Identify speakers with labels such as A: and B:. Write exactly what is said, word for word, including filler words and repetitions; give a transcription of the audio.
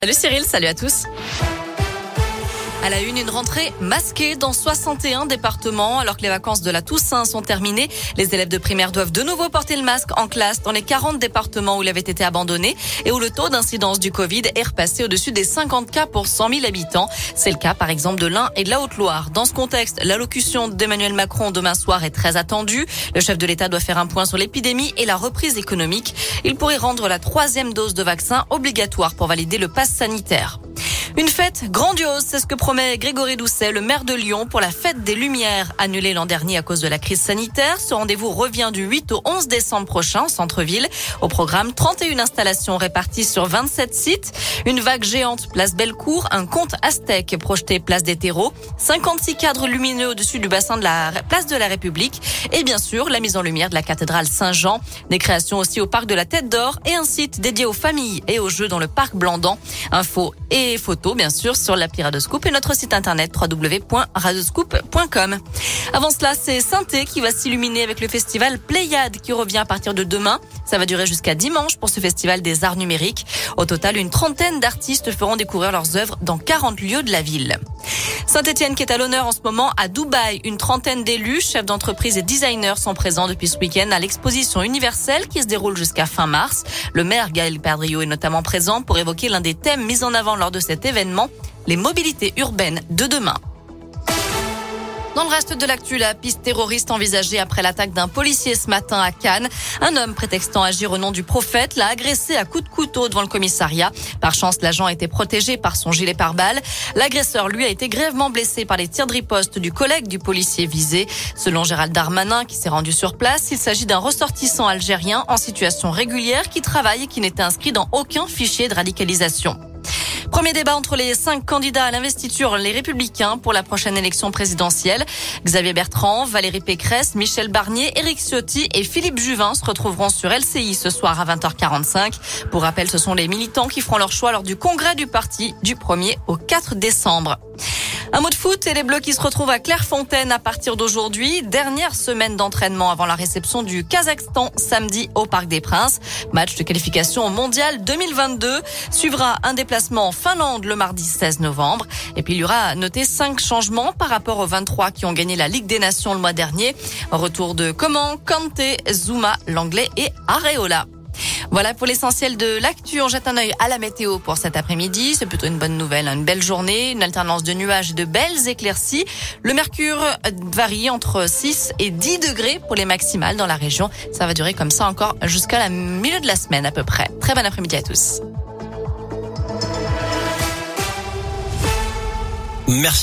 A: Salut Cyril, salut à tous. À la une, une rentrée masquée dans soixante et un départements. Alors que les vacances de la Toussaint sont terminées, les élèves de primaire doivent de nouveau porter le masque en classe dans les quarante départements où il avait été abandonné et où le taux d'incidence du Covid est repassé au-dessus des cinquante cas pour cent mille habitants. C'est le cas par exemple de l'Ain et de la Haute-Loire. Dans ce contexte, l'allocution d'Emmanuel Macron demain soir est très attendue. Le chef de l'État doit faire un point sur l'épidémie et la reprise économique. Il pourrait rendre la troisième dose de vaccin obligatoire pour valider le pass sanitaire. Une fête grandiose, c'est ce que promet Grégory Doucet, le maire de Lyon, pour la fête des Lumières, annulée l'an dernier à cause de la crise sanitaire. Ce rendez-vous revient du huit au onze décembre prochain, au centre-ville. Au programme, trente et une installations réparties sur vingt-sept sites. Une vague géante, place Bellecour, un conte aztèque projeté place des terreaux, cinquante-six cadres lumineux au-dessus du bassin de la place de la République et bien sûr la mise en lumière de la cathédrale Saint-Jean. Des créations aussi au parc de la Tête d'Or et un site dédié aux familles et aux jeux dans le parc Blandan. Infos et photos bien sûr sur l'appli Radioscoop et notre site internet w w w point radioscoop point com. Avant cela, c'est Saint-Thé qui va s'illuminer avec le festival Pléiade qui revient à partir de demain. Ça va durer jusqu'à dimanche pour ce festival des arts numériques. Au total, une trentaine d'artistes feront découvrir leurs œuvres dans quarante lieux de la ville. Saint-Étienne qui est à l'honneur en ce moment à Dubaï. Une trentaine d'élus, chefs d'entreprise et designers sont présents depuis ce week-end à l'exposition universelle qui se déroule jusqu'à fin mars. Le maire Gaël Perdriau est notamment présent pour évoquer l'un des thèmes mis en avant lors de cet événement, les mobilités urbaines de demain. Dans le reste de l'actu, la piste terroriste envisagée après l'attaque d'un policier ce matin à Cannes. Un homme prétextant agir au nom du prophète l'a agressé à coups de couteau devant le commissariat. Par chance, l'agent a été protégé par son gilet pare-balles. L'agresseur, lui, a été grièvement blessé par les tirs de riposte du collègue du policier visé. Selon Gérald Darmanin, qui s'est rendu sur place, il s'agit d'un ressortissant algérien en situation régulière qui travaille et qui n'était inscrit dans aucun fichier de radicalisation. Premier débat entre les cinq candidats à l'investiture, les Républicains, pour la prochaine élection présidentielle. Xavier Bertrand, Valérie Pécresse, Michel Barnier, Éric Ciotti et Philippe Juvin se retrouveront sur L C I ce soir à vingt heures quarante-cinq. Pour rappel, ce sont les militants qui feront leur choix lors du congrès du parti du premier au quatre décembre. Un mot de foot et les Bleus qui se retrouvent à Clairefontaine à partir d'aujourd'hui. Dernière semaine d'entraînement avant la réception du Kazakhstan samedi au Parc des Princes. Match de qualification au Mondial deux mille vingt-deux. Suivra un déplacement en Finlande le mardi seize novembre. Et puis il y aura à noter cinq changements par rapport aux vingt-trois qui ont gagné la Ligue des Nations le mois dernier. Retour de Coman, Kanté, Zouma, Langlais et Areola. Voilà pour l'essentiel de l'actu. On jette un œil à la météo pour cet après-midi. C'est plutôt une bonne nouvelle, une belle journée, une alternance de nuages et de belles éclaircies. Le mercure varie entre six et dix degrés pour les maximales dans la région. Ça va durer comme ça encore jusqu'à la milieu de la semaine à peu près. Très bon après-midi à tous.
B: Merci.